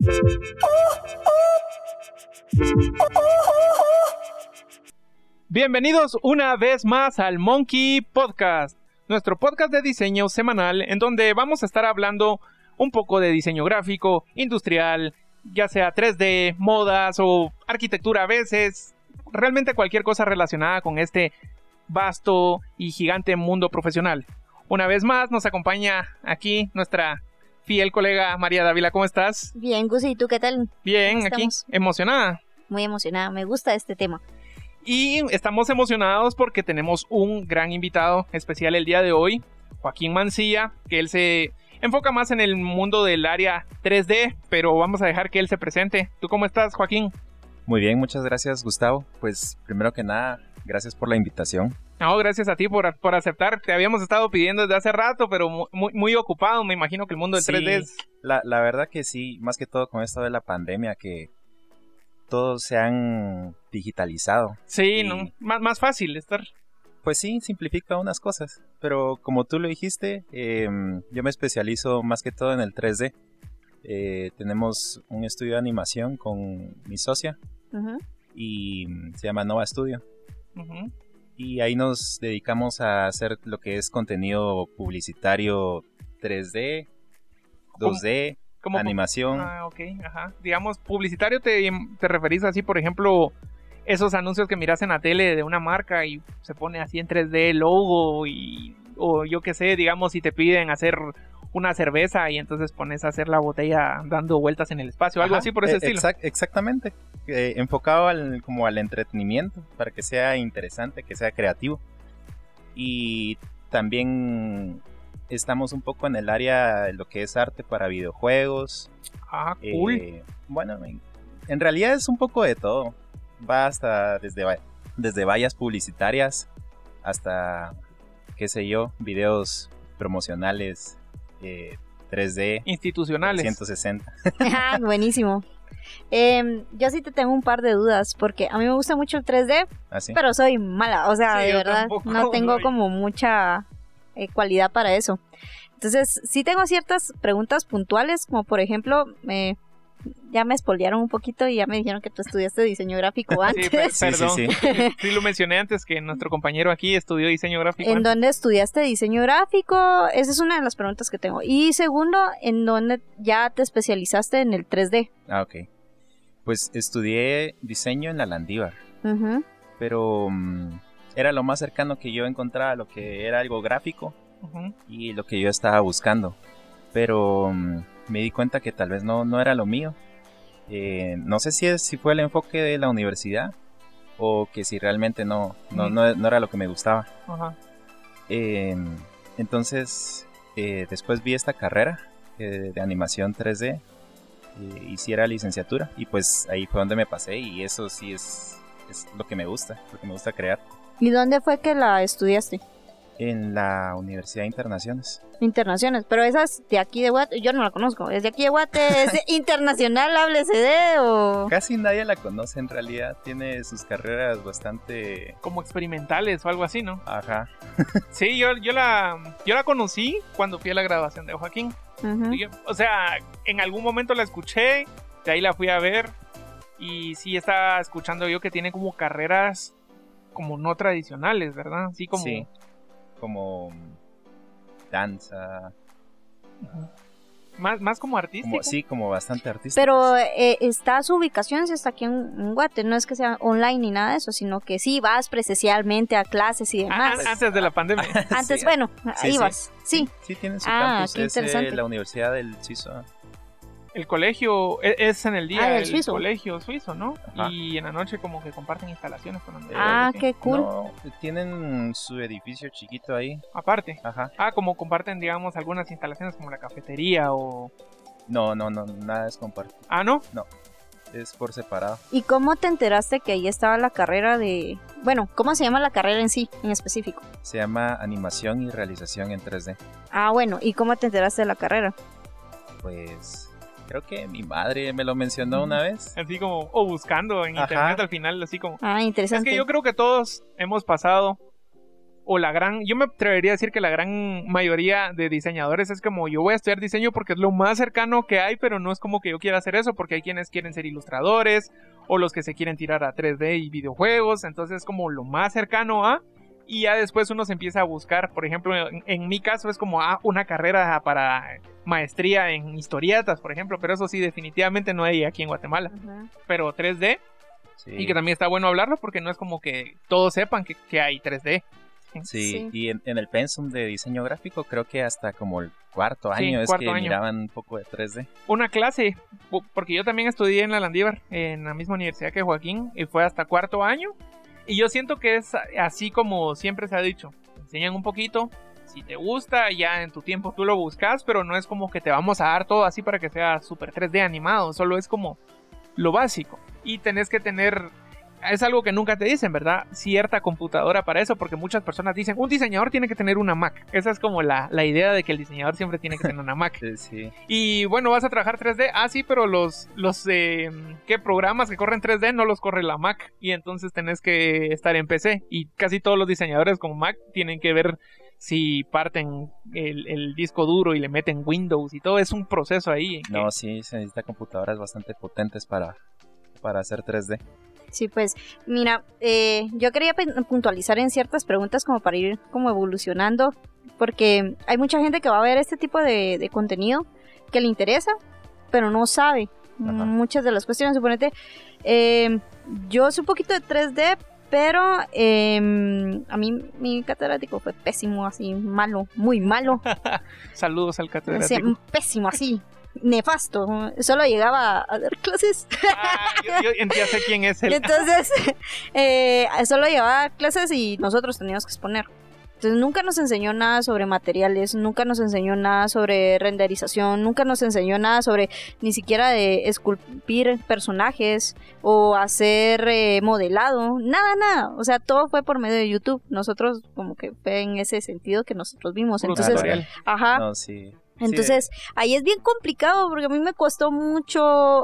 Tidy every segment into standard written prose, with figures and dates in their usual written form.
Bienvenidos una vez más al Monkey Podcast, nuestro podcast de diseño semanal en donde vamos a estar hablando un poco de diseño gráfico, industrial, ya sea 3D, modas o arquitectura a veces, realmente cualquier cosa relacionada con este vasto y gigante mundo profesional. Una vez más nos acompaña aquí nuestra fiel colega María Dávila. ¿Cómo estás? Bien, Gusi, ¿y tú qué tal? Bien, aquí, emocionada. Muy emocionada, me gusta este tema. Y estamos emocionados porque tenemos un gran invitado especial el día de hoy, Joaquín Mancilla, que él se enfoca más en el mundo del área 3D, pero vamos a dejar que él se presente. ¿Tú cómo estás, Joaquín? Muy bien, muchas gracias, Gustavo. Pues primero que nada, gracias por la invitación. No, gracias a ti por aceptar. Te habíamos estado pidiendo desde hace rato, pero muy ocupado. Me imagino que el mundo del 3D es... La verdad que sí, más que todo con esto de la pandemia, que todos se han digitalizado. Sí, ¿no? Más fácil estar... Pues sí, simplifica unas cosas, pero como tú lo dijiste, yo me especializo más que todo en el 3D. Tenemos un estudio de animación con mi socia y se llama Nova Studio. Y ahí nos dedicamos a hacer lo que es contenido publicitario 3D, 2D, ¿Cómo? Animación. Ah, ok, ajá. Digamos, publicitario te referís así, por ejemplo, esos anuncios que miras en la tele de una marca y se pone así en 3D el logo o yo qué sé, digamos, si te piden hacer una cerveza y entonces pones a hacer la botella dando vueltas en el espacio, algo así por ese estilo. Exactamente, enfocado como al entretenimiento, para que sea interesante, que sea creativo. Y también estamos un poco en el área de lo que es arte para videojuegos. Ah, cool. Bueno, en realidad es un poco de todo. Va hasta desde vallas publicitarias hasta, qué sé yo, videos promocionales 3D. Institucionales. 160. Buenísimo. Yo sí te tengo un par de dudas, porque a mí me gusta mucho el 3D, pero soy mala, o sea, sí, de verdad, no tengo como mucha cualidad para eso. Entonces, sí tengo ciertas preguntas puntuales, como por ejemplo, ya me spoilearon un poquito y ya me dijeron que tú estudiaste diseño gráfico antes. Sí, perdón. Sí. Sí, lo mencioné antes, que nuestro compañero aquí estudió diseño gráfico. ¿En dónde estudiaste diseño gráfico? Esa es una de las preguntas que tengo. Y segundo, ¿en dónde ya te especializaste en el 3D? Ah, ok. Pues estudié diseño en la Landívar, pero era lo más cercano que yo encontraba a lo que era algo gráfico y lo que yo estaba buscando. Pero me di cuenta que tal vez no era lo mío. No sé si fue el enfoque de la universidad o que si realmente no era lo que me gustaba. Entonces, después vi esta carrera de animación 3D, hiciera licenciatura y pues ahí fue donde me pasé y eso sí es lo que me gusta crear. ¿Y dónde fue que la estudiaste? En la Universidad de Internaciones. Internaciones, pero esa es de aquí de Guate, yo no la conozco, ¿es de aquí de Guate? ¿Es internacional, ABCD o...? Casi nadie la conoce en realidad, tiene sus carreras bastante... como experimentales o algo así, ¿no? Ajá. Sí, yo la conocí cuando fui a la graduación de Joaquín. O sea, en algún momento la escuché, de ahí la fui a ver y sí estaba escuchando yo que tiene como carreras como no tradicionales, ¿verdad? Sí, como... Sí. Como danza. Más como artístico. Como bastante artístico. Pero está su ubicación, si está aquí en Guate, no es que sea online ni nada de eso, sino que sí vas presencialmente a clases y demás. Antes de la pandemia. Antes, sí, bueno, ahí vas. Sí, tienen su campus, qué interesante. Es la Universidad del Suizo. El colegio es en el día del suizo. Colegio suizo, ¿no? Ajá. Y en la noche como que comparten instalaciones con qué cool. No, tienen su edificio chiquito ahí. Aparte. Ajá. Como comparten, digamos, algunas instalaciones como la cafetería o... No, nada es compartido. ¿Ah, no? No, es por separado. ¿Y cómo te enteraste que ahí estaba la carrera de... Bueno, ¿cómo se llama la carrera en sí, en específico? Se llama Animación y Realización en 3D. Bueno, ¿y cómo te enteraste de la carrera? Pues... creo que mi madre me lo mencionó una vez. Así como, buscando en internet al final, así como... interesante. Es que yo creo que todos hemos pasado yo me atrevería a decir que la gran mayoría de diseñadores es como, yo voy a estudiar diseño porque es lo más cercano que hay, pero no es como que yo quiera hacer eso, porque hay quienes quieren ser ilustradores, o los que se quieren tirar a 3D y videojuegos, entonces es como lo más cercano a, y ya después uno se empieza a buscar, por ejemplo, en mi caso es como una carrera para maestría en historietas, por ejemplo, pero eso sí definitivamente no hay aquí en Guatemala, pero 3D, sí. Y que también está bueno hablarlo porque no es como que todos sepan que hay 3D. Sí, y en el pensum de diseño gráfico creo que hasta como el cuarto año miraban un poco de 3D. Una clase, porque yo también estudié en la Landívar, en la misma universidad que Joaquín, y fue hasta cuarto año. Y yo siento que es así como siempre se ha dicho, te enseñan un poquito, si te gusta, ya en tu tiempo tú lo buscas, pero no es como que te vamos a dar todo así para que sea super 3D animado, solo es como lo básico. Y tenés que tener, es algo que nunca te dicen, ¿verdad? Cierta computadora para eso, porque muchas personas dicen, un diseñador tiene que tener una Mac. Esa es como la idea de que el diseñador siempre tiene que tener una Mac. Sí. Y bueno, vas a trabajar 3D, sí, pero los ¿qué programas que corren 3D no los corre la Mac? Y entonces tenés que estar en PC. Y casi todos los diseñadores con Mac tienen que ver si parten el disco duro y le meten Windows y todo, es un proceso ahí. No, sí, se necesita computadoras bastante potentes para hacer 3D. Sí, pues, mira, yo quería puntualizar en ciertas preguntas como para ir como evolucionando, porque hay mucha gente que va a ver este tipo de contenido que le interesa, pero no sabe muchas de las cuestiones. Suponete, yo sé un poquito de 3D, pero a mí mi catedrático fue pésimo, así, malo, muy malo. Saludos al catedrático. Sí, pésimo, así. Nefasto, solo llegaba a dar clases. Yo ya sé quién es él. Entonces, solo llevaba clases y nosotros teníamos que exponer. Entonces nunca nos enseñó nada sobre materiales, nunca nos enseñó nada sobre renderización, nunca nos enseñó nada sobre ni siquiera de esculpir personajes o hacer modelado, nada. O sea, todo fue por medio de YouTube. Nosotros como que fue en ese sentido que nosotros vimos. Entonces, No, sí. Entonces, ahí es bien complicado porque a mí me costó mucho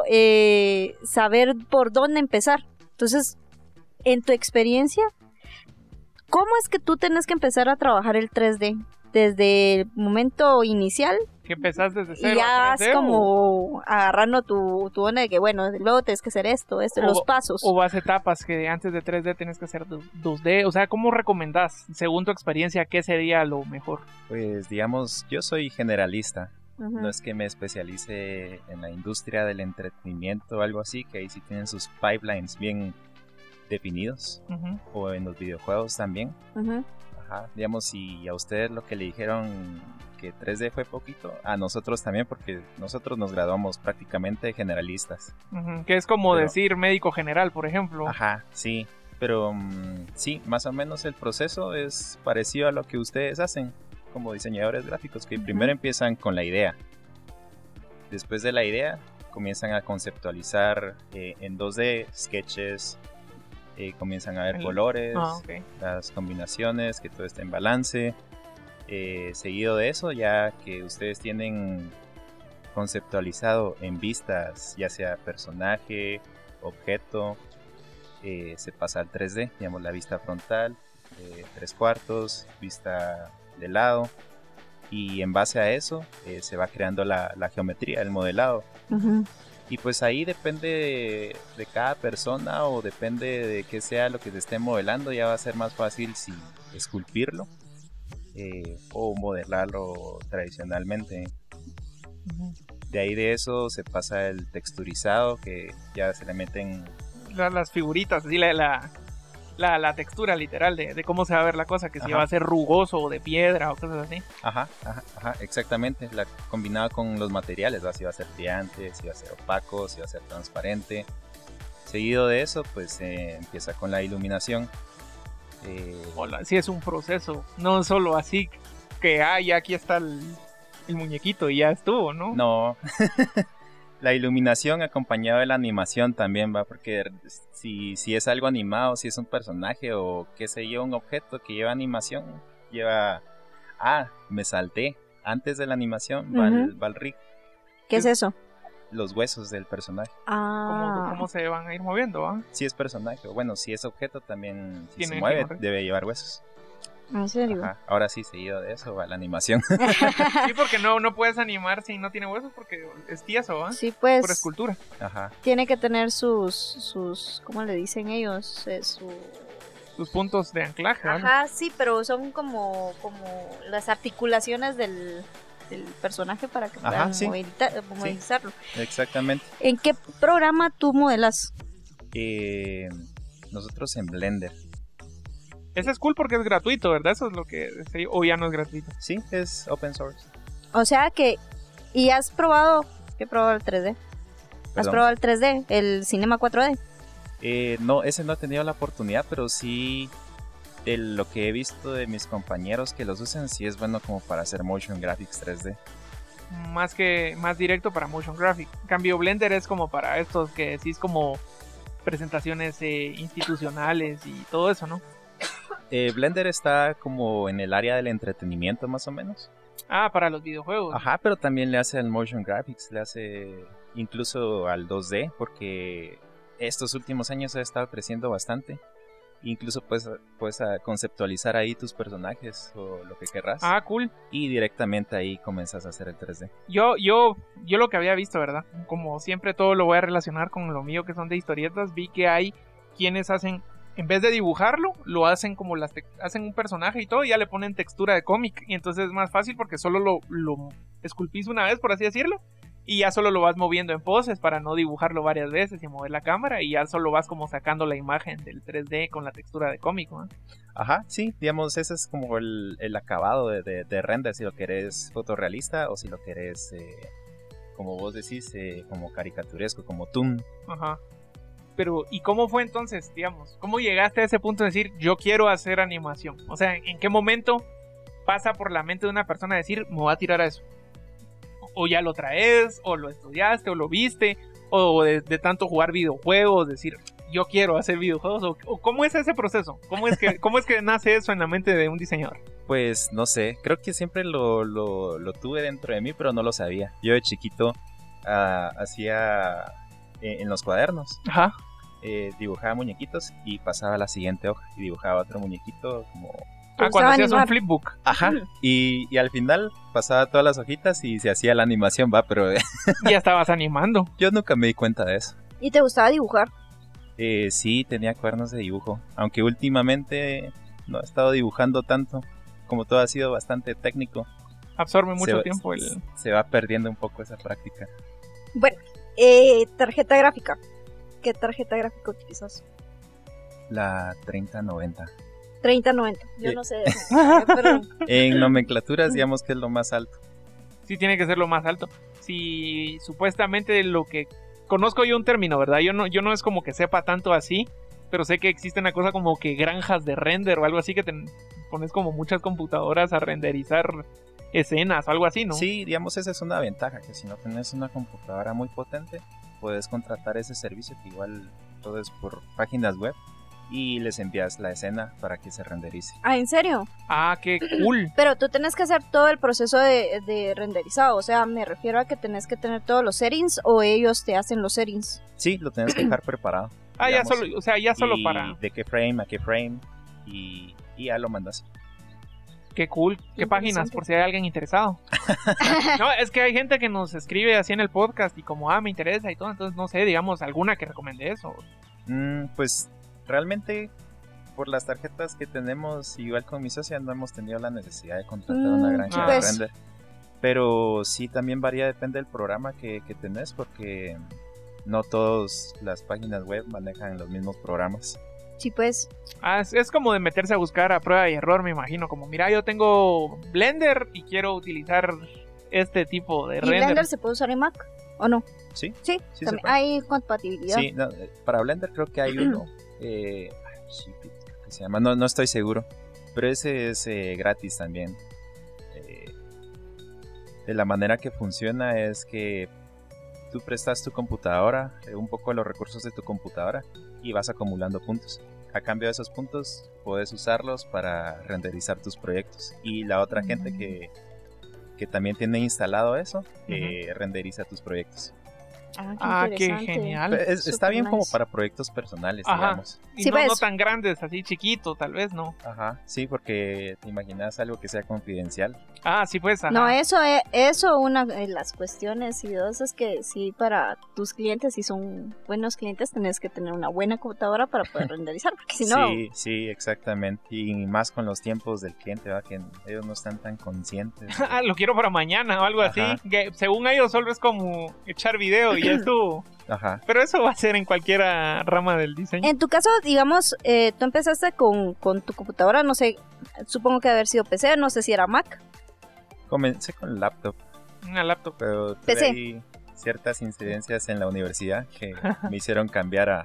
saber por dónde empezar. Entonces, en tu experiencia, ¿cómo es que tú tienes que empezar a trabajar el 3D? Desde el momento inicial. Que empezás desde cero. Y ya vas como agarrando tu onda de que, bueno, luego tienes que hacer esto, los pasos. O vas etapas que antes de 3D tienes que hacer 2D. O sea, ¿cómo recomendás, según tu experiencia, qué sería lo mejor? Pues, digamos, yo soy generalista. No es que me especialice en la industria del entretenimiento o algo así, que ahí sí tienen sus pipelines bien definidos. O en los videojuegos también. Digamos, si a ustedes lo que le dijeron que 3D fue poquito, a nosotros también, porque nosotros nos graduamos prácticamente generalistas. Que es como decir médico general, por ejemplo. Sí, pero sí, más o menos el proceso es parecido a lo que ustedes hacen como diseñadores gráficos, que primero empiezan con la idea. Después de la idea, comienzan a conceptualizar en 2D, sketches, comienzan a ver colores, las combinaciones, que todo esté en balance. Seguido de eso, ya que ustedes tienen conceptualizado en vistas, ya sea personaje, objeto, se pasa al 3D, digamos la vista frontal, 3/4, vista de lado, y en base a eso se va creando la geometría, el modelado. Y pues ahí depende de cada persona, o depende de qué sea lo que se esté modelando, ya va a ser más fácil si esculpirlo o modelarlo tradicionalmente. De ahí de eso se pasa el texturizado, que ya se le meten las figuritas, así la textura literal de cómo se va a ver la cosa, que si va a ser rugoso o de piedra o cosas así. Exactamente, combinada con los materiales, si va a ser brillante, si va a ser opaco, si va a ser transparente. Seguido de eso, pues empieza con la iluminación. Sí, es un proceso, no solo así que ya aquí está el muñequito y ya estuvo, ¿no? No. La iluminación acompañada de la animación también va, porque si es algo animado, si es un personaje o qué sé yo, un objeto que lleva animación, lleva... me salté. Antes de la animación va el rig. ¿Qué es eso? Los huesos del personaje. ¿Cómo se van a ir moviendo? Si es personaje, o bueno, si es objeto también, si se mueve, debe llevar huesos. ¿En serio? Ajá. Ahora sí, seguido de eso va la animación. Sí, porque no puedes animar si no tiene huesos, porque es tieso, ¿eh? Sí, pues. Pura escultura. Ajá. Tiene que tener sus ¿cómo le dicen ellos? Sus puntos de anclaje. Ajá, sí, pero son como las articulaciones del personaje para que puedan movilizarlo. Sí. Exactamente. ¿En qué programa tú modelas? Nosotros en Blender. Ese es cool porque es gratuito, ¿verdad? Eso es lo que... O ya no es gratuito. Sí, es open source. O sea que... ¿Y has probado? ¿Qué he probado el 3D? ¿Has probado el 3D? ¿El Cinema 4D? No, ese no he tenido la oportunidad, pero sí... lo que he visto de mis compañeros que los usan, sí es bueno como para hacer motion graphics 3D. Más directo para motion graphics. En cambio, Blender es como para estos que sí es como presentaciones institucionales y todo eso, ¿no? Blender está como en el área del entretenimiento más o menos. Ah, para los videojuegos. Ajá, pero también le hace al motion graphics, le hace incluso al 2D, porque estos últimos años ha estado creciendo bastante. Incluso puedes conceptualizar ahí tus personajes o lo que querrás. Ah, cool. Y directamente ahí comenzas a hacer el 3D. Yo lo que había visto, ¿verdad? Como siempre todo lo voy a relacionar con lo mío que son de historietas. Vi que hay quienes hacen, en vez de dibujarlo, lo hacen como hacen un personaje y todo, y ya le ponen textura de cómic. Y entonces es más fácil porque solo lo esculpís una vez, por así decirlo. Y ya solo lo vas moviendo en poses para no dibujarlo varias veces y mover la cámara. Y ya solo vas como sacando la imagen del 3D con la textura de cómic, ¿no? Ajá, sí, digamos, ese es como el acabado de render, si lo querés fotorrealista o si lo querés, como vos decís, como caricaturesco, como toon. Ajá. Pero, ¿y cómo fue entonces, digamos? ¿Cómo llegaste a ese punto de decir, yo quiero hacer animación? O sea, ¿en qué momento pasa por la mente de una persona decir, me voy a tirar a eso? O ya lo traes, o lo estudiaste, o lo viste, o de tanto jugar videojuegos, decir, yo quiero hacer videojuegos, o ¿cómo es ese proceso? ¿Cómo es que nace eso en la mente de un diseñador? Pues no sé, creo que siempre lo tuve dentro de mí, pero no lo sabía. Yo de chiquito hacía en los cuadernos. Ajá. Dibujaba muñequitos y pasaba a la siguiente hoja y dibujaba otro muñequito como... cuando hacías un flipbook. Ajá, y al final pasaba todas las hojitas y se hacía la animación, pero... Ya estabas animando. Yo nunca me di cuenta de eso. ¿Y te gustaba dibujar? Sí, tenía cuadernos de dibujo, aunque últimamente no he estado dibujando tanto, como todo ha sido bastante técnico. Absorbe mucho tiempo. Se va perdiendo un poco esa práctica. Bueno, tarjeta gráfica. ¿Qué tarjeta gráfica utilizas? La 3090. 3090, yo no sé. Perdón. En nomenclaturas, digamos que es lo más alto. Sí, tiene que ser lo más alto. Sí, supuestamente lo que... Conozco yo un término, ¿verdad? Yo no es como que sepa tanto así, pero sé que existe una cosa como que granjas de render o algo así, que te pones como muchas computadoras a renderizar escenas o algo así, ¿no? Sí, digamos, esa es una ventaja, que si no tienes una computadora muy potente, puedes contratar ese servicio, que igual todo es por páginas web, y les envías la escena para que se renderice. Ah, ¿en serio? Ah, qué cool. Pero tú tenés que hacer todo el proceso de renderizado, o sea, me refiero a que tenés que tener todos los settings o ellos te hacen los settings. Sí, lo tienes que dejar preparado. Ah, digamos, ya solo para... de qué frame a qué frame y ya lo mandas. Qué cool. ¿Qué páginas? Por si hay alguien interesado. No, es que hay gente que nos escribe así en el podcast y como, me interesa y todo, entonces no sé, digamos, alguna que recomiende eso. Pues realmente por las tarjetas que tenemos, igual con mi socia, no hemos tenido la necesidad de contratar una granja de render. Pero sí, también varía, depende del programa que tenés, porque no todas las páginas web manejan los mismos programas. Sí, pues. Es como de meterse a buscar a prueba y error, me imagino. Como, mira, yo tengo Blender y quiero utilizar este tipo de render. ¿Y Blender se puede usar en Mac o no? Sí. Sí, también hay compatibilidad. Sí, no, para Blender creo que hay uno. ¿Qué se llama? No estoy seguro. Pero ese es gratis también. De la manera que funciona es que tú prestas tu computadora, un poco de los recursos de tu computadora, y vas acumulando puntos. A cambio de esos puntos, puedes usarlos para renderizar tus proyectos. Y la otra gente que también tiene instalado eso, renderiza tus proyectos. Qué genial. Está bien como para proyectos personales, digamos. Y no tan grandes, así chiquito, tal vez, ¿no? Ajá, sí, porque te imaginas algo que sea confidencial. Sí, pues, No, eso, una de las cuestiones y dos es que sí, para tus clientes, si son buenos clientes, tenés que tener una buena computadora para poder renderizar, porque si no... Sí, exactamente. Y más con los tiempos del cliente, ¿verdad? Que ellos no están tan conscientes. Lo quiero para mañana o algo así. Que según ellos solo es como echar video y ya estuvo. Ajá. Pero eso va a ser en cualquier rama del diseño. En tu caso, digamos, tú empezaste con tu computadora, no sé, supongo que haber sido PC, no sé si era Mac. Comencé con laptop. Una laptop. Pero tuve ahí ciertas incidencias en la universidad que me hicieron cambiar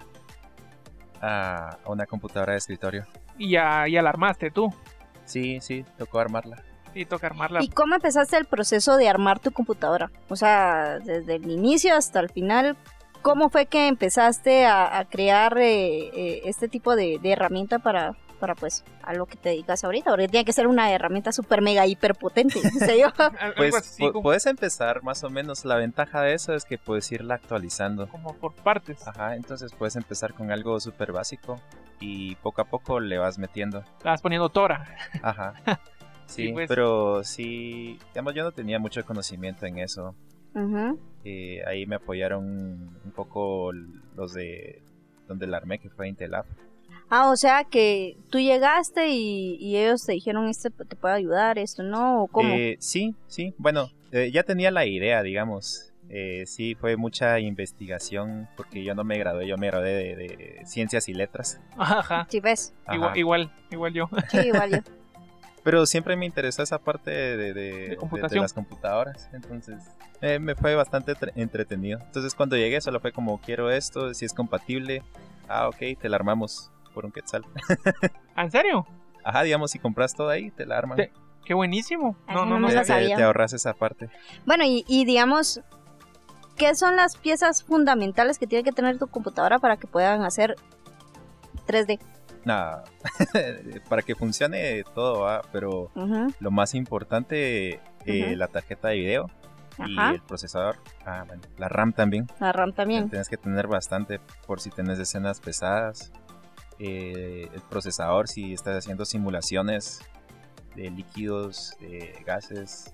a una computadora de escritorio. ¿Y ya la armaste tú? Sí, tocó armarla. Sí, toca armarla. ¿Y cómo empezaste el proceso de armar tu computadora? O sea, desde el inicio hasta el final, ¿cómo fue que empezaste a crear este tipo de herramienta para pues a lo que te dedicas ahorita? Porque tiene que ser una herramienta súper mega hiper potente, ¿sé yo? Pues puedes empezar más o menos. La ventaja de eso es que puedes irla actualizando. Como por partes. Ajá, entonces puedes empezar con algo súper básico y poco a poco le vas metiendo. La vas poniendo tora. Ajá. Sí, pues. Pero sí, digamos, yo no tenía mucho conocimiento en eso. Uh-huh. Ahí me apoyaron un poco los de donde la armé, que fue Intelab. O sea que tú llegaste y ellos te dijeron, te puede ayudar, esto no, ¿o cómo? Sí, bueno, ya tenía la idea, digamos. Sí, fue mucha investigación porque yo no me gradué, yo me gradué de Ciencias y Letras. Ajá. Sí, ves. Igual yo. Sí, igual yo. Pero siempre me interesó esa parte de las computadoras, entonces me fue bastante entretenido. Entonces cuando llegué solo fue como, quiero esto, si es compatible, ok, te la armamos por un quetzal. ¿En serio? Ajá, digamos, si compras todo ahí, te la arman. Qué buenísimo. No sabía. Te ahorras esa parte. Bueno, y digamos, ¿qué son las piezas fundamentales que tiene que tener tu computadora para que puedan hacer 3D? Nada, para que funcione todo va, pero lo más importante, la tarjeta de video y el procesador, bueno, la RAM también. La RAM también. Tienes que tener bastante por si tienes escenas pesadas. El procesador si estás haciendo simulaciones de líquidos, de gases.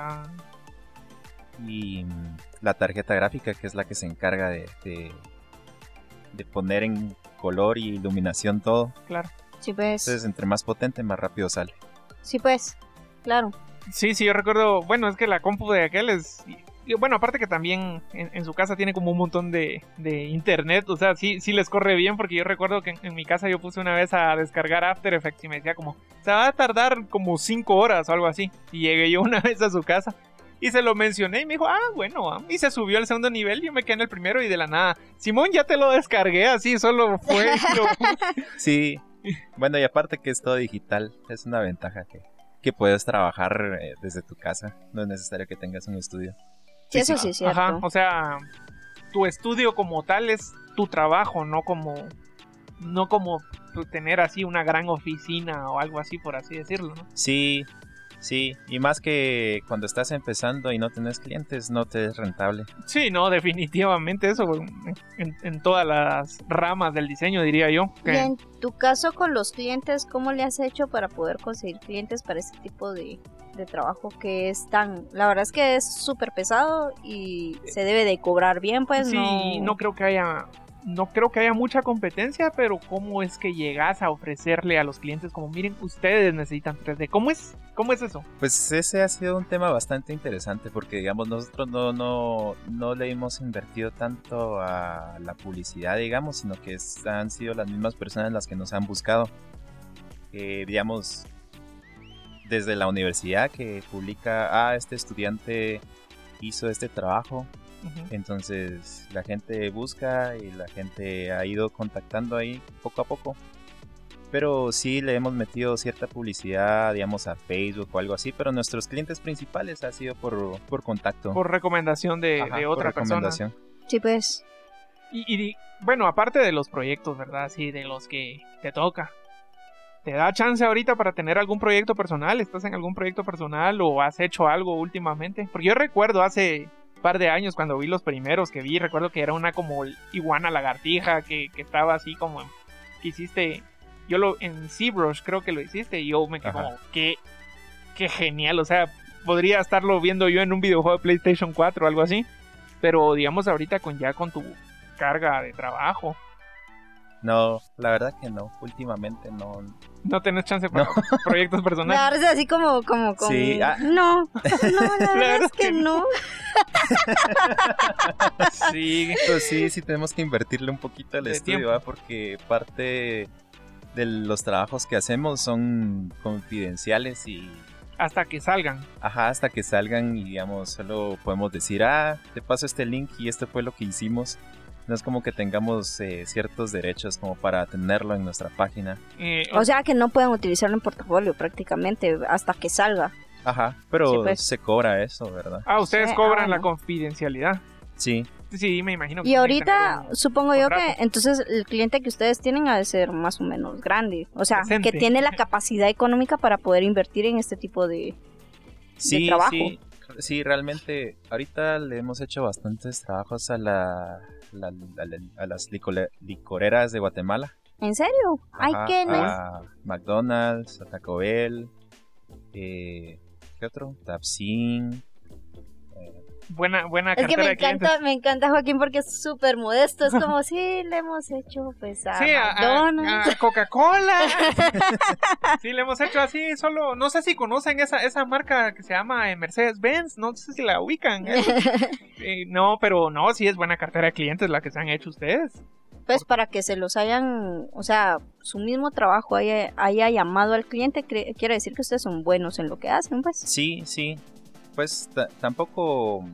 Y la tarjeta gráfica, que es la que se encarga de poner en color y iluminación todo. Claro. Sí, pues. Entonces, entre más potente, más rápido sale. Sí, pues. Claro. Sí, yo recuerdo, bueno, es que la compu de aquel es... Bueno, aparte que también en su casa tiene como un montón de internet, o sea, sí les corre bien, porque yo recuerdo que en mi casa yo puse una vez a descargar After Effects y me decía como, se va a tardar como 5 horas o algo así. Y llegué yo una vez a su casa y se lo mencioné y me dijo, bueno, y se subió al segundo nivel y yo me quedé en el primero y de la nada, Simón, ya te lo descargué, así solo fue. Sí, bueno, y aparte que es todo digital, es una ventaja que puedes trabajar desde tu casa, no es necesario que tengas un estudio. Sí, eso sí es cierto. Ajá, o sea, tu estudio como tal es tu trabajo, no como tener así una gran oficina o algo así, por así decirlo, ¿no? Sí, y más que cuando estás empezando y no tienes clientes, no te es rentable. Sí, no, definitivamente eso en todas las ramas del diseño, diría yo. Y en tu caso con los clientes, ¿cómo le has hecho para poder conseguir clientes para este tipo de trabajo que es la verdad es que es súper pesado y se debe de cobrar bien, pues? Sí, no creo que haya mucha competencia, pero ¿cómo es que llegas a ofrecerle a los clientes como, miren, ustedes necesitan 3D? ¿Cómo es eso? Pues ese ha sido un tema bastante interesante porque, digamos, nosotros no le hemos invertido tanto a la publicidad, digamos, sino que han sido las mismas personas las que nos han buscado. Digamos, desde la universidad que publica, este estudiante hizo este trabajo. Entonces la gente busca y la gente ha ido contactando ahí poco a poco. Pero sí le hemos metido cierta publicidad, digamos, a Facebook o algo así. Pero nuestros clientes principales ha sido por contacto. Por recomendación de otra persona. Sí, pues. Y bueno, aparte de los proyectos, ¿verdad? Sí, de los que te toca. ¿Te da chance ahorita para tener algún proyecto personal? ¿Estás en algún proyecto personal o has hecho algo últimamente? Porque yo recuerdo hace par de años cuando vi los primeros que vi, recuerdo que era una como iguana lagartija que estaba así como que hiciste, en ZBrush creo que lo hiciste y yo me quedé como qué genial, o sea, podría estarlo viendo yo en un videojuego de PlayStation 4 o algo así, pero digamos ahorita con tu carga de trabajo. No, la verdad que no, últimamente no. ¿No tenés chance para proyectos personales? La verdad es así como sí, no, la verdad es que no. Sí, pues sí tenemos que invertirle un poquito al estudio, ¿va? Porque parte de los trabajos que hacemos son confidenciales y... Hasta que salgan. Ajá, hasta que salgan y digamos, solo podemos decir, te paso este link y esto fue lo que hicimos. No es como que tengamos ciertos derechos como para tenerlo en nuestra página. O sea que no pueden utilizarlo en portafolio prácticamente hasta que salga. Ajá, pero sí, pues. Se cobra eso, ¿verdad? Ustedes cobran la confidencialidad. Sí. Sí, me imagino que... Y ahorita supongo yo que entonces el cliente que ustedes tienen ha de ser más o menos grande. O sea, decente, que tiene la capacidad económica para poder invertir en este tipo de trabajo. Sí, realmente ahorita le hemos hecho bastantes trabajos a las licoreras de Guatemala. ¿En serio? Ajá, ¡Ay, qué nice! A McDonald's, a Taco Bell, ¿qué otro? Tapsin. Buena cartera de clientes. Me encanta Joaquín porque es súper modesto. Es como, sí, le hemos hecho pues a McDonald's. A Coca-Cola. Sí, le hemos hecho así, solo, no sé si conocen esa marca que se llama Mercedes-Benz, no sé si la ubican. No, pero no, sí es buena cartera de clientes la que se han hecho ustedes. Pues para que se los hayan, o sea, su mismo trabajo haya llamado al cliente, quiere decir que ustedes son buenos en lo que hacen, pues. Sí. Pues tampoco...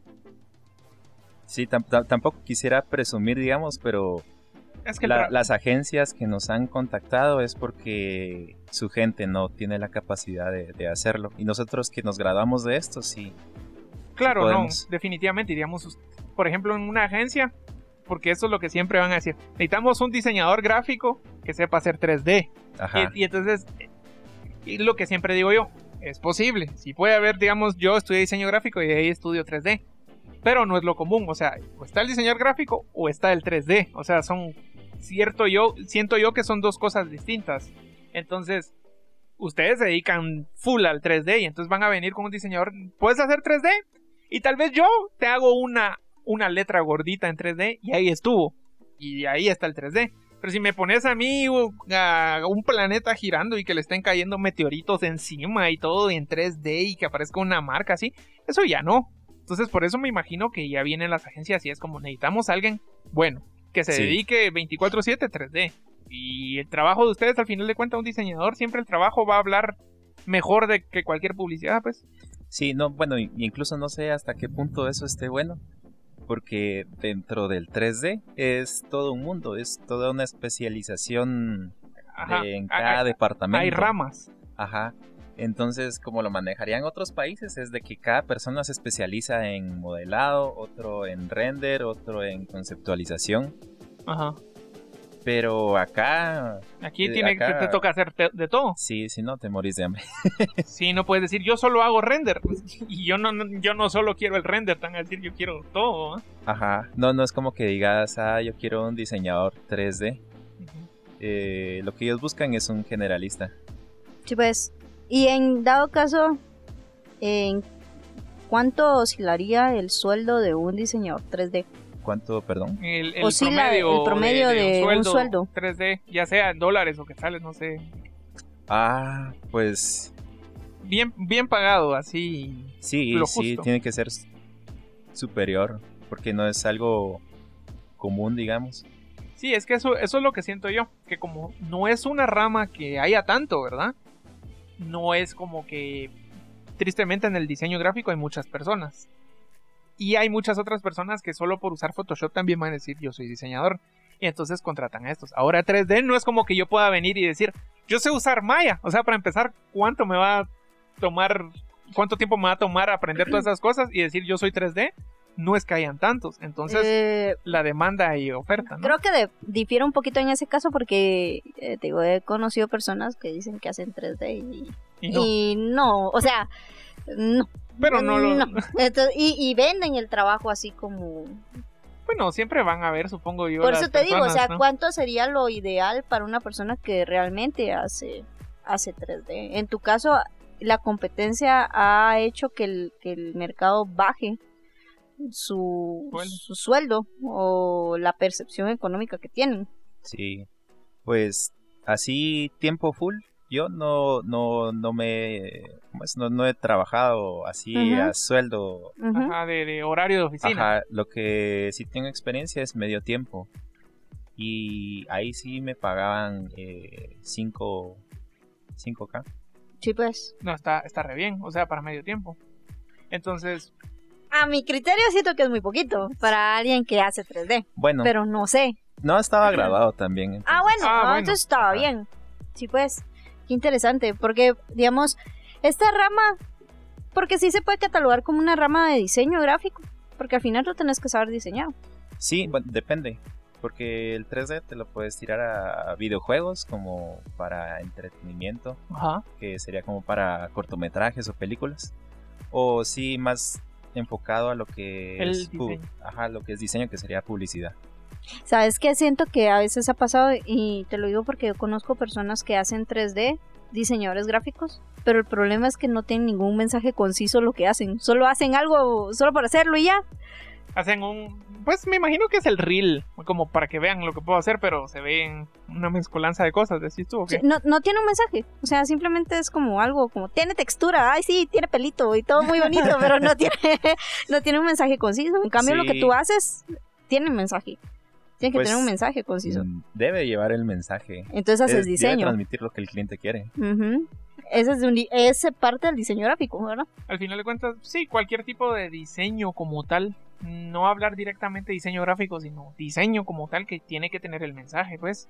Sí, tampoco quisiera presumir, digamos, pero es que las agencias que nos han contactado es porque su gente no tiene la capacidad de hacerlo. Y nosotros que nos graduamos de esto, sí. Claro, sí no, definitivamente iríamos, por ejemplo, en una agencia, porque eso es lo que siempre van a decir. Necesitamos un diseñador gráfico que sepa hacer 3D. Ajá. Y entonces, y lo que siempre digo yo, es posible, si puede haber, digamos, yo estudié diseño gráfico y de ahí estudio 3D, pero no es lo común, o sea, o está el diseñador gráfico o está el 3D, o sea, siento yo que son dos cosas distintas. Entonces, ustedes se dedican full al 3D y entonces van a venir con un diseñador, ¿puedes hacer 3D? Y tal vez yo te hago una letra gordita en 3D y ahí estuvo, y ahí está el 3D. Pero si me pones a mí a un planeta girando y que le estén cayendo meteoritos encima y todo y en 3D y que aparezca una marca así, eso ya no. Entonces por eso me imagino que ya vienen las agencias y es como necesitamos a alguien bueno, que se dedique 24/7 3D. Y el trabajo de ustedes, al final de cuentas, un diseñador, siempre el trabajo va a hablar mejor de que cualquier publicidad, pues. Sí, no, bueno, incluso no sé hasta qué punto eso esté bueno. Porque dentro del 3D es todo un mundo, es toda una especialización en cada departamento. Hay ramas. Ajá. Entonces, como lo manejarían otros países, es de que cada persona se especializa en modelado, otro en render, otro en conceptualización. Ajá. Pero acá... Aquí te toca hacer de todo. Sí, si no, te morís de hambre. Sí, no puedes decir, yo solo hago render. Y yo no solo quiero el render, tan a decir, yo quiero todo. Ajá. No es como que digas, yo quiero un diseñador 3D. Uh-huh. Lo que ellos buscan es un generalista. Sí, pues. Y en dado caso, ¿en cuánto oscilaría el sueldo de un diseñador 3D? ¿Cuánto, perdón? El promedio de un sueldo 3D, ya sea en dólares o quetzales, no sé. Pues... Bien pagado, así. Sí, tiene que ser superior, porque no es algo común, digamos. Sí, es que eso es lo que siento yo, que como no es una rama que haya tanto, ¿verdad? No es como que... Tristemente en el diseño gráfico hay muchas personas. Y hay muchas otras personas que solo por usar Photoshop también van a decir yo soy diseñador. Y entonces contratan a estos. Ahora 3D no es como que yo pueda venir y decir yo sé usar Maya. O sea, para empezar, ¿cuánto tiempo me va a tomar aprender todas esas cosas? Y decir yo soy 3D, no es que hayan tantos. Entonces, la demanda y oferta, ¿no? Creo que difiere un poquito en ese caso porque he conocido personas que dicen que hacen 3D y no, o sea, no. Pero no lo... Entonces, y venden el trabajo así como... Bueno, siempre van a ver, supongo yo. Por eso te digo, o sea, ¿no? ¿cuánto sería lo ideal para una persona que realmente hace 3D? En tu caso, la competencia ha hecho que el mercado baje su sueldo o la percepción económica que tienen. Sí, pues así tiempo full, yo no he trabajado así a sueldo. Ajá, de horario de oficina. Ajá, lo que sí tengo experiencia es medio tiempo. Y ahí sí me pagaban 5K. Sí, pues. No, está re bien, o sea, para medio tiempo. Entonces... A mi criterio siento que es muy poquito para alguien que hace 3D. Bueno. Pero no sé. No, estaba grabado también. Entonces. Bueno, entonces estaba bien. Sí, pues, qué interesante, porque, digamos, esta rama, porque sí se puede catalogar como una rama de diseño gráfico, porque al final tú tenés que saber diseñar. Sí, bueno, depende, porque el 3D te lo puedes tirar a videojuegos como para entretenimiento, que sería como para cortometrajes o películas, o sí más enfocado a lo que lo que es diseño, que sería publicidad. ¿Sabes qué? Siento que a veces ha pasado, y te lo digo porque yo conozco personas que hacen 3D, diseñadores gráficos, pero el problema es que no tienen ningún mensaje conciso lo que hacen. Solo hacen algo solo para hacerlo y ya. Hacen pues me imagino que es el reel, como para que vean lo que puedo hacer, pero se ve en una mezcolanza de cosas, ¿decís tú o qué? Sí, no tiene un mensaje, o sea, simplemente es como algo, como tiene textura, ay sí, tiene pelito y todo muy bonito, pero no tiene un mensaje conciso. En cambio, lo que tú haces tiene mensaje. Tiene que tener un mensaje conciso. Debe llevar el mensaje. Entonces haces diseño. Debe transmitir lo que el cliente quiere. Ese es parte del diseño gráfico, ¿verdad? Al final de cuentas, sí, cualquier tipo de diseño como tal, no hablar directamente de diseño gráfico, sino diseño como tal, que tiene que tener el mensaje, pues.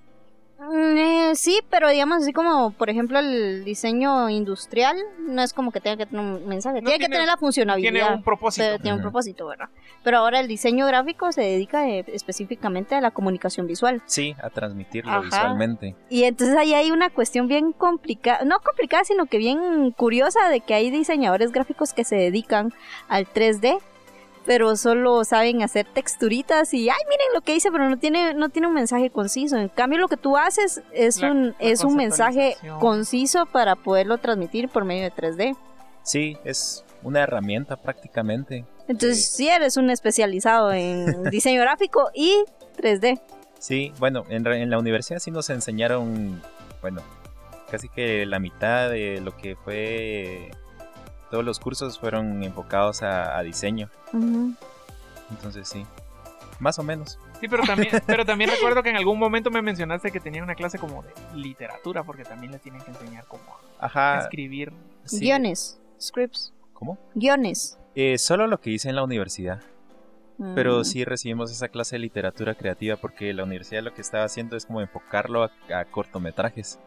Sí, pero digamos así como, por ejemplo, el diseño industrial no es como que tenga que tener un mensaje, tiene que tener la funcionalidad. Tiene un propósito. Tiene un propósito, ¿verdad? Pero ahora el diseño gráfico se dedica específicamente a la comunicación visual. Sí, a transmitirlo visualmente. Y entonces ahí hay una cuestión bien complicada, no complicada, sino que bien curiosa, de que hay diseñadores gráficos que se dedican al 3D, pero solo saben hacer texturitas y ¡ay, miren lo que hice! Pero no tiene un mensaje conciso. En cambio, lo que tú haces es un mensaje conciso para poderlo transmitir por medio de 3D. Sí, es una herramienta prácticamente. Entonces, sí eres un especializado en diseño gráfico y 3D. Sí, bueno, en la universidad sí nos enseñaron, bueno, casi que la mitad de lo que fue... Todos los cursos fueron enfocados a diseño. Entonces sí, más o menos. Sí, pero también recuerdo que en algún momento me mencionaste que tenía una clase como de literatura, porque también les tienen que enseñar cómo escribir. Sí. Guiones, scripts. ¿Cómo? Guiones. Solo lo que hice en la universidad. Pero sí recibimos esa clase de literatura creativa, porque la universidad lo que estaba haciendo es como enfocarlo a cortometrajes.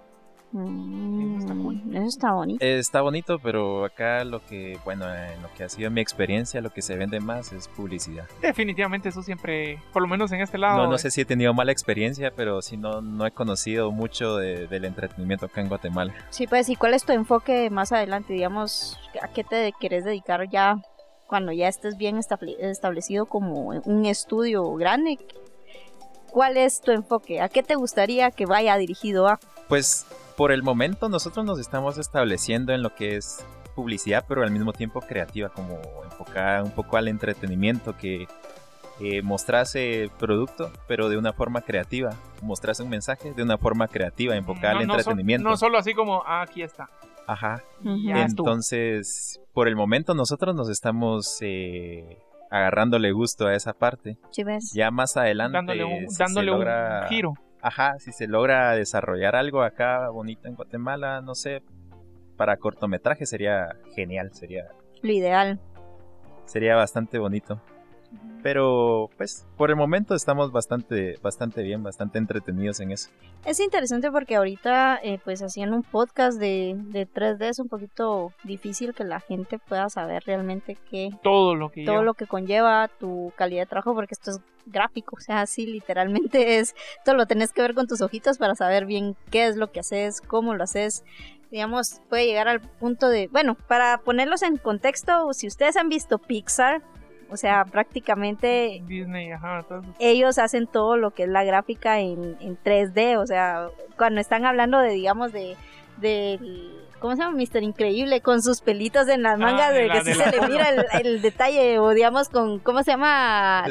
Eso está bonito. Está bonito, pero acá en lo que ha sido mi experiencia, lo que se vende más es publicidad. Definitivamente eso siempre, por lo menos en este lado. No sé si he tenido mala experiencia, pero sí no he conocido mucho del entretenimiento acá en Guatemala. Sí, pues, ¿y cuál es tu enfoque más adelante? Digamos, ¿a qué te querés dedicar ya cuando ya estés bien establecido como un estudio grande? ¿Cuál es tu enfoque? ¿A qué te gustaría que vaya dirigido a? Pues por el momento nosotros nos estamos estableciendo en lo que es publicidad, pero al mismo tiempo creativa, como enfocada un poco al entretenimiento, que mostrase producto, pero de una forma creativa, mostrase un mensaje de una forma creativa, enfocada al entretenimiento. No solo así como, aquí está. Ajá. Entonces, por el momento nosotros nos estamos agarrándole gusto a esa parte. Sí, ves. Ya más adelante dándole un giro. Ajá, si se logra desarrollar algo acá bonito en Guatemala, no sé, para cortometraje sería genial, sería lo ideal. Sería bastante bonito. Pero pues por el momento estamos bastante bien, bastante entretenidos en eso. Es interesante porque ahorita pues haciendo un podcast de 3D es un poquito difícil que la gente pueda saber realmente todo lo que conlleva tu calidad de trabajo, porque esto es gráfico, o sea, así literalmente todo lo tenés que ver con tus ojitos para saber bien qué es lo que haces, cómo lo haces. digamos, puede llegar al punto de... Bueno, para ponerlos en contexto, si ustedes han visto Pixar, o sea, prácticamente... Disney, ajá. Ellos hacen todo lo que es la gráfica en 3D, o sea, cuando están hablando de, digamos, de ¿cómo se llama? Mr. Increíble, con sus pelitos en las mangas, de que sí se le mira el detalle, o digamos con, ¿cómo se llama?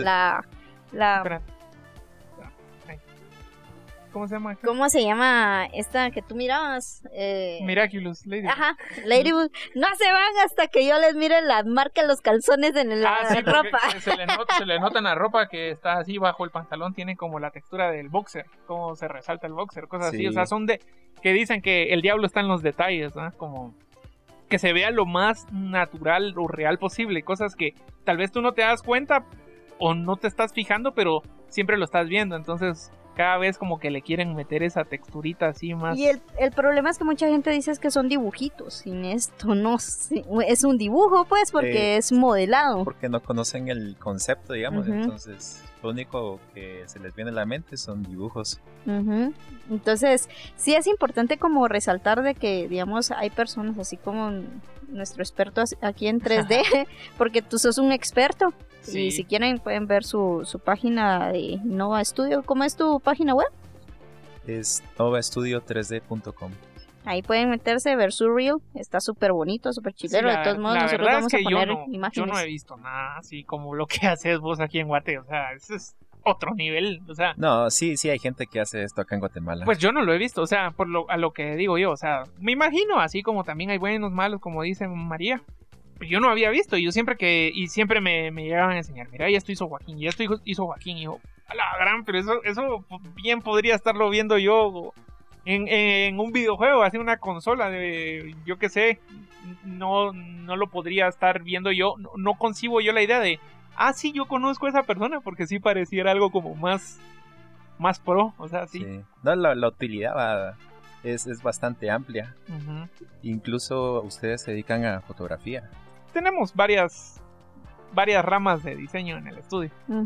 ¿Cómo se llama? ¿Cómo se llama esta que tú mirabas? Miraculous, Ladybug. Ajá, Ladybug. No se van hasta que yo les mire las marcas, los calzones en la ropa. Se le nota en la ropa que está así bajo el pantalón, tiene como la textura del boxer, como se resalta el boxer, cosas así. O sea, son que dicen que el diablo está en los detalles, ¿no? Como que se vea lo más natural o real posible, cosas que tal vez tú no te das cuenta o no te estás fijando, pero siempre lo estás viendo, entonces cada vez como que le quieren meter esa texturita así más. Y el problema es que mucha gente dice es que son dibujitos, sin esto no es un dibujo, pues, porque es modelado. Porque no conocen el concepto, digamos, entonces lo único que se les viene a la mente son dibujos. Entonces, sí es importante como resaltar de que, digamos, hay personas así como nuestro experto aquí en 3D, porque tú sos un experto. Sí. Y si quieren pueden ver su página de Nova Studio. ¿Cómo es tu página web? Es novastudio3d.com. Ahí pueden meterse, ver su reel. Está súper bonito, súper chilero. De todos modos, nosotros vamos a poner imágenes. Yo no he visto nada así como lo que haces vos aquí en Guate. O sea, eso es otro nivel. O sea, no, sí hay gente que hace esto acá en Guatemala. Pues yo no lo he visto. O sea, a lo que digo yo. O sea, me imagino, así como también hay buenos, malos, como dice María. Yo no había visto, y yo siempre me llegaban a enseñar, mira, ya esto hizo Joaquín, y yo, a la gran, pero eso bien podría estarlo viendo yo en un videojuego, así una consola de, yo qué sé, no lo podría estar viendo yo, no concibo yo la idea de, sí, yo conozco a esa persona, porque sí pareciera algo como más pro, o sea, sí. No, la utilidad es bastante amplia, incluso ustedes se dedican a fotografía. Tenemos varias ramas de diseño en el estudio.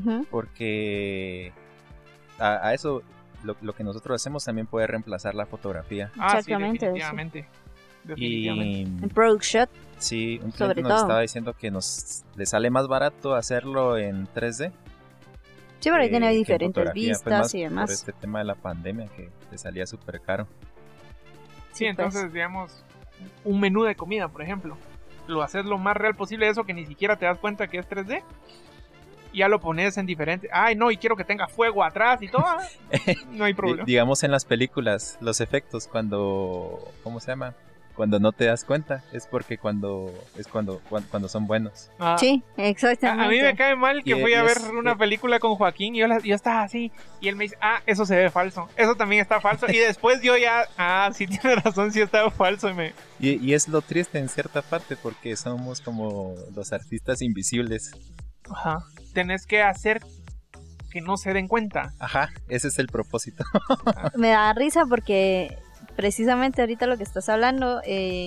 Porque a eso lo que nosotros hacemos también puede reemplazar la fotografía. Exactamente. Sí, definitivamente. Y en Product Shot. Sí, un cliente nos estaba diciendo que le sale más barato hacerlo en 3D. Sí, pero ahí tiene diferentes vistas y demás. Por este tema de la pandemia que le salía súper caro. Sí, entonces, digamos, un menú de comida, por ejemplo. Lo haces lo más real posible, eso que ni siquiera te das cuenta que es 3D. Ya lo pones en diferente. No, y quiero que tenga fuego atrás y todo. No hay problema. Digamos en las películas, los efectos cuando... ¿Cómo se llama? Cuando no te das cuenta, es porque cuando son buenos. Sí, exactamente. A mí me cae mal que fui a ver una película con Joaquín y yo estaba así, y él me dice, eso se ve falso, eso también está falso, y después yo ya, sí tiene razón, sí está falso. Y es lo triste en cierta parte, porque somos como los artistas invisibles. Ajá, tenés que hacer que no se den cuenta. Ajá, ese es el propósito. Me da risa porque... Precisamente ahorita lo que estás hablando,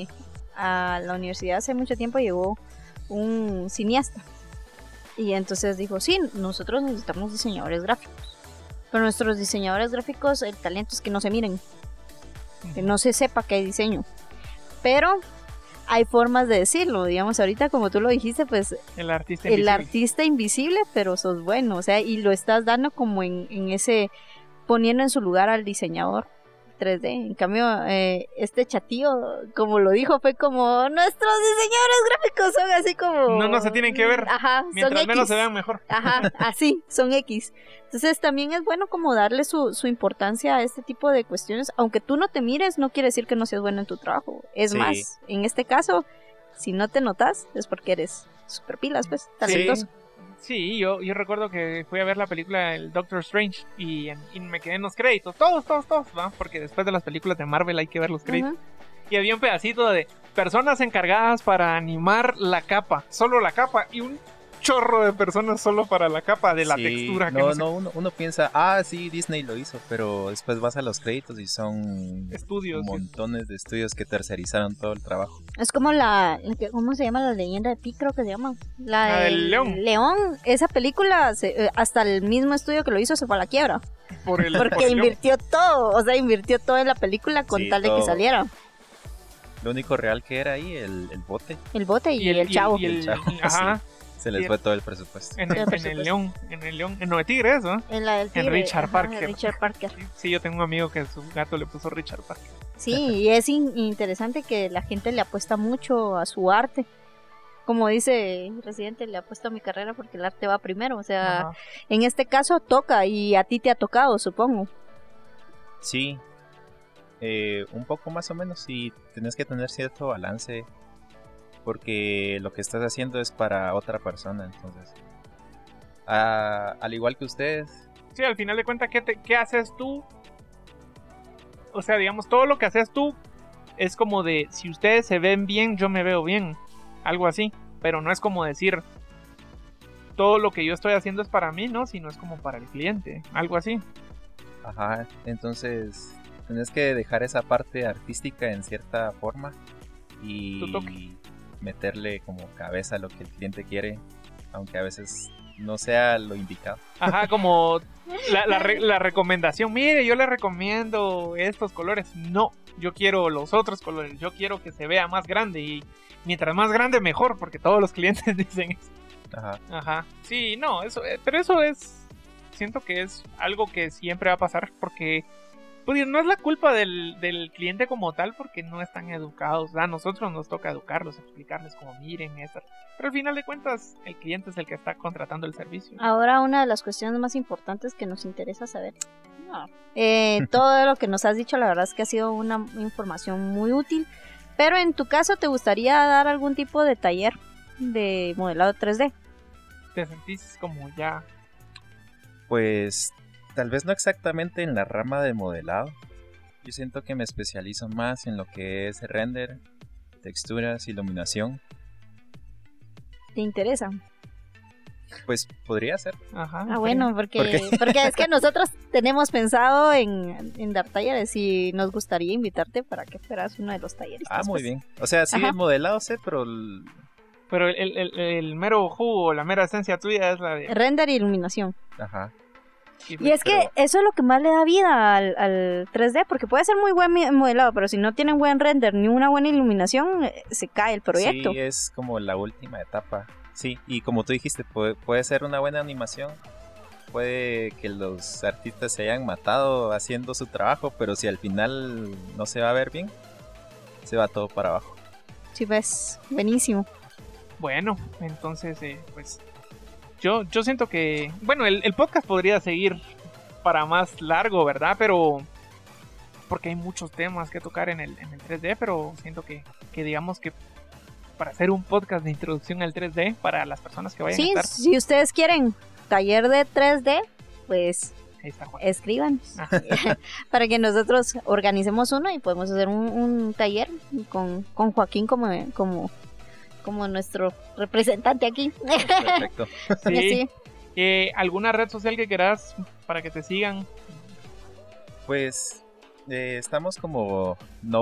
a la universidad hace mucho tiempo llegó un cineasta y entonces dijo, sí, nosotros necesitamos diseñadores gráficos, pero nuestros diseñadores gráficos, el talento es que no se miren, que no se sepa que hay diseño, pero hay formas de decirlo, digamos, ahorita como tú lo dijiste, pues el artista invisible, pero sos bueno, o sea, y lo estás dando como en ese, poniendo en su lugar al diseñador 3D. En cambio, este chatío, como lo dijo, fue como nuestros diseñadores gráficos son así como... No se tienen que ver. Ajá, mientras son menos X. Se vean mejor. Ajá, así, son X. Entonces también es bueno como darle su importancia a este tipo de cuestiones. Aunque tú no te mires, no quiere decir que no seas bueno en tu trabajo. Es más, en este caso, si no te notas, es porque eres super pilas, pues, talentoso. Sí, yo recuerdo que fui a ver la película El Doctor Strange y me quedé en los créditos, todos, ¿no? Porque después de las películas de Marvel hay que ver los créditos. Y había un pedacito de personas encargadas para animar la capa, solo la capa, y un chorro de personas solo para la capa de la textura. Uno piensa, sí, Disney lo hizo, pero después vas a los créditos y son estudios, montones de estudios que tercerizaron todo el trabajo. Es como ¿cómo se llama? La leyenda de Pi, creo que se llama. La del León. Esa película, hasta el mismo estudio que lo hizo se fue a la quiebra. Porque invirtió todo, invirtió todo en la película con tal de que saliera. Lo único real que era ahí, el bote. El bote y el chavo. Ajá. Sí. Se les fue todo el presupuesto. En el León, en Nueve Tigres, ¿no? En la del Tigre. En Richard Parker. Richard Parker. Sí, yo tengo un amigo que su gato le puso Richard Parker. Sí, y es interesante que la gente le apuesta mucho a su arte. Como dice Residente, le apuesto a mi carrera porque el arte va primero. O sea, en este caso toca y a ti te ha tocado, supongo. Sí, un poco más o menos, y tenés que tener cierto balance porque lo que estás haciendo es para otra persona, entonces al igual que ustedes. Sí, al final de cuentas, ¿qué haces tú? O sea, digamos, todo lo que haces tú es como de, si ustedes se ven bien, yo me veo bien, algo así, pero no es como decir, todo lo que yo estoy haciendo es para mí, ¿no? Sino es como para el cliente, algo así. Ajá, entonces tenés que dejar esa parte artística en cierta forma y meterle como cabeza a lo que el cliente quiere, aunque a veces no sea lo indicado. Ajá, como la recomendación, mire, yo le recomiendo estos colores. No, yo quiero los otros colores, yo quiero que se vea más grande y mientras más grande mejor, porque todos los clientes dicen eso. Ajá. Sí, no, pero eso es, siento que es algo que siempre va a pasar porque pues no es la culpa del cliente como tal, porque no están educados. A nosotros nos toca educarlos, explicarles como miren esto. Pero al final de cuentas, el cliente es el que está contratando el servicio. Ahora, una de las cuestiones más importantes que nos interesa saber. Todo lo que nos has dicho, la verdad es que ha sido una información muy útil. Pero en tu caso, ¿te gustaría dar algún tipo de taller de modelado 3D? ¿Te sentís como ya? Pues tal vez no exactamente en la rama de modelado. Yo siento que me especializo más en lo que es render, texturas, iluminación. ¿Te interesa? Pues podría ser. Ajá. Bueno, porque es que nosotros tenemos pensado en dar talleres y nos gustaría invitarte para que fueras uno de los talleres. Muy bien. O sea, sí, el modelado sé, pero el mero jugo, la mera esencia tuya es la de render y iluminación. Ajá. Y es que eso es lo que más le da vida al 3D, porque puede ser muy buen modelado, pero si no tienen buen render ni una buena iluminación, se cae el proyecto. Sí, es como la última etapa. Sí, y como tú dijiste, puede ser una buena animación, puede que los artistas se hayan matado haciendo su trabajo, pero si al final no se va a ver bien, se va todo para abajo. Sí, pues, buenísimo. Bueno, entonces, pues yo siento que, bueno, el podcast podría seguir para más largo, ¿verdad? Pero porque hay muchos temas que tocar en el 3D, pero siento que digamos que para hacer un podcast de introducción al 3D para las personas que vayan a estar. Sí, si ustedes quieren taller de 3D, pues escriban para que nosotros organicemos uno y podemos hacer un taller con Joaquín como nuestro representante aquí. Perfecto. Sí. ¿Alguna red social que quieras para que te sigan? Pues estamos como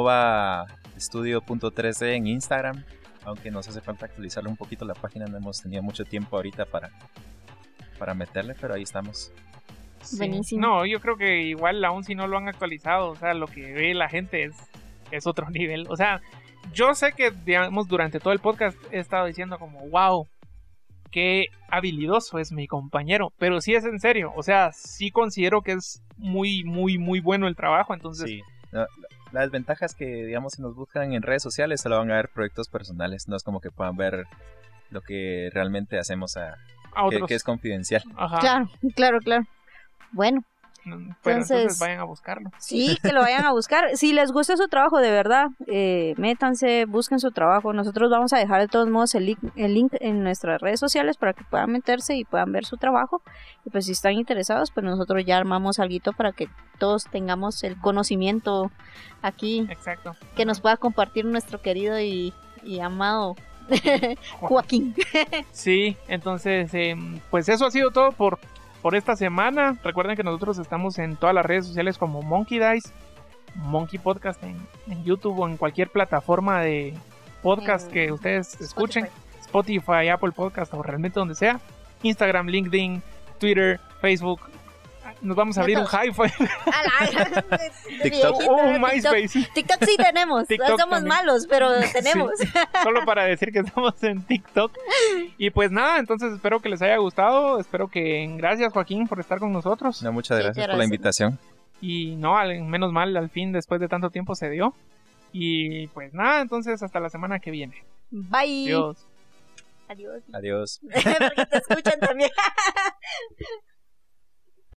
novastudio.3D en Instagram, aunque nos hace falta actualizarle un poquito la página, no hemos tenido mucho tiempo ahorita para meterle, pero ahí estamos. Sí. Buenísimo. No, yo creo que igual aún si no lo han actualizado, o sea, lo que ve la gente es otro nivel. O sea, yo sé que, digamos, durante todo el podcast he estado diciendo como, wow, qué habilidoso es mi compañero, pero sí es en serio, o sea, sí considero que es muy, muy, muy bueno el trabajo, entonces... Sí, la desventaja es que, digamos, si nos buscan en redes sociales solo van a ver proyectos personales, no es como que puedan ver lo que realmente hacemos que es confidencial. Ajá. Claro. Bueno. Pero entonces vayan a buscarlo. Sí, que lo vayan a buscar. Si les gusta su trabajo, de verdad, métanse, busquen su trabajo. Nosotros vamos a dejar de todos modos el link en nuestras redes sociales para que puedan meterse y puedan ver su trabajo. Y pues si están interesados, pues nosotros ya armamos algo para que todos tengamos el conocimiento aquí. Exacto. Que nos pueda compartir nuestro querido y amado Joaquín. Sí, entonces, pues eso ha sido todo por esta semana. Recuerden que nosotros estamos en todas las redes sociales como Monkey Dice, Monkey Podcast en YouTube o en cualquier plataforma de podcast que ustedes escuchen, Spotify, Apple Podcast o realmente donde sea, Instagram, LinkedIn, Twitter, Facebook, nos vamos a abrir un Hi-Fi. TikTok. Un MySpace. TikTok sí tenemos. TikTok somos también. malos, pero tenemos. Sí, solo para decir que estamos en TikTok. Y pues nada, entonces espero que les haya gustado. Espero que... Gracias, Joaquín, por estar con nosotros. No, muchas gracias por la invitación. Y no, menos mal, al fin, después de tanto tiempo se dio. Y pues nada, entonces hasta la semana que viene. Bye. Adiós. Adiós. Adiós. Porque te escuchan también.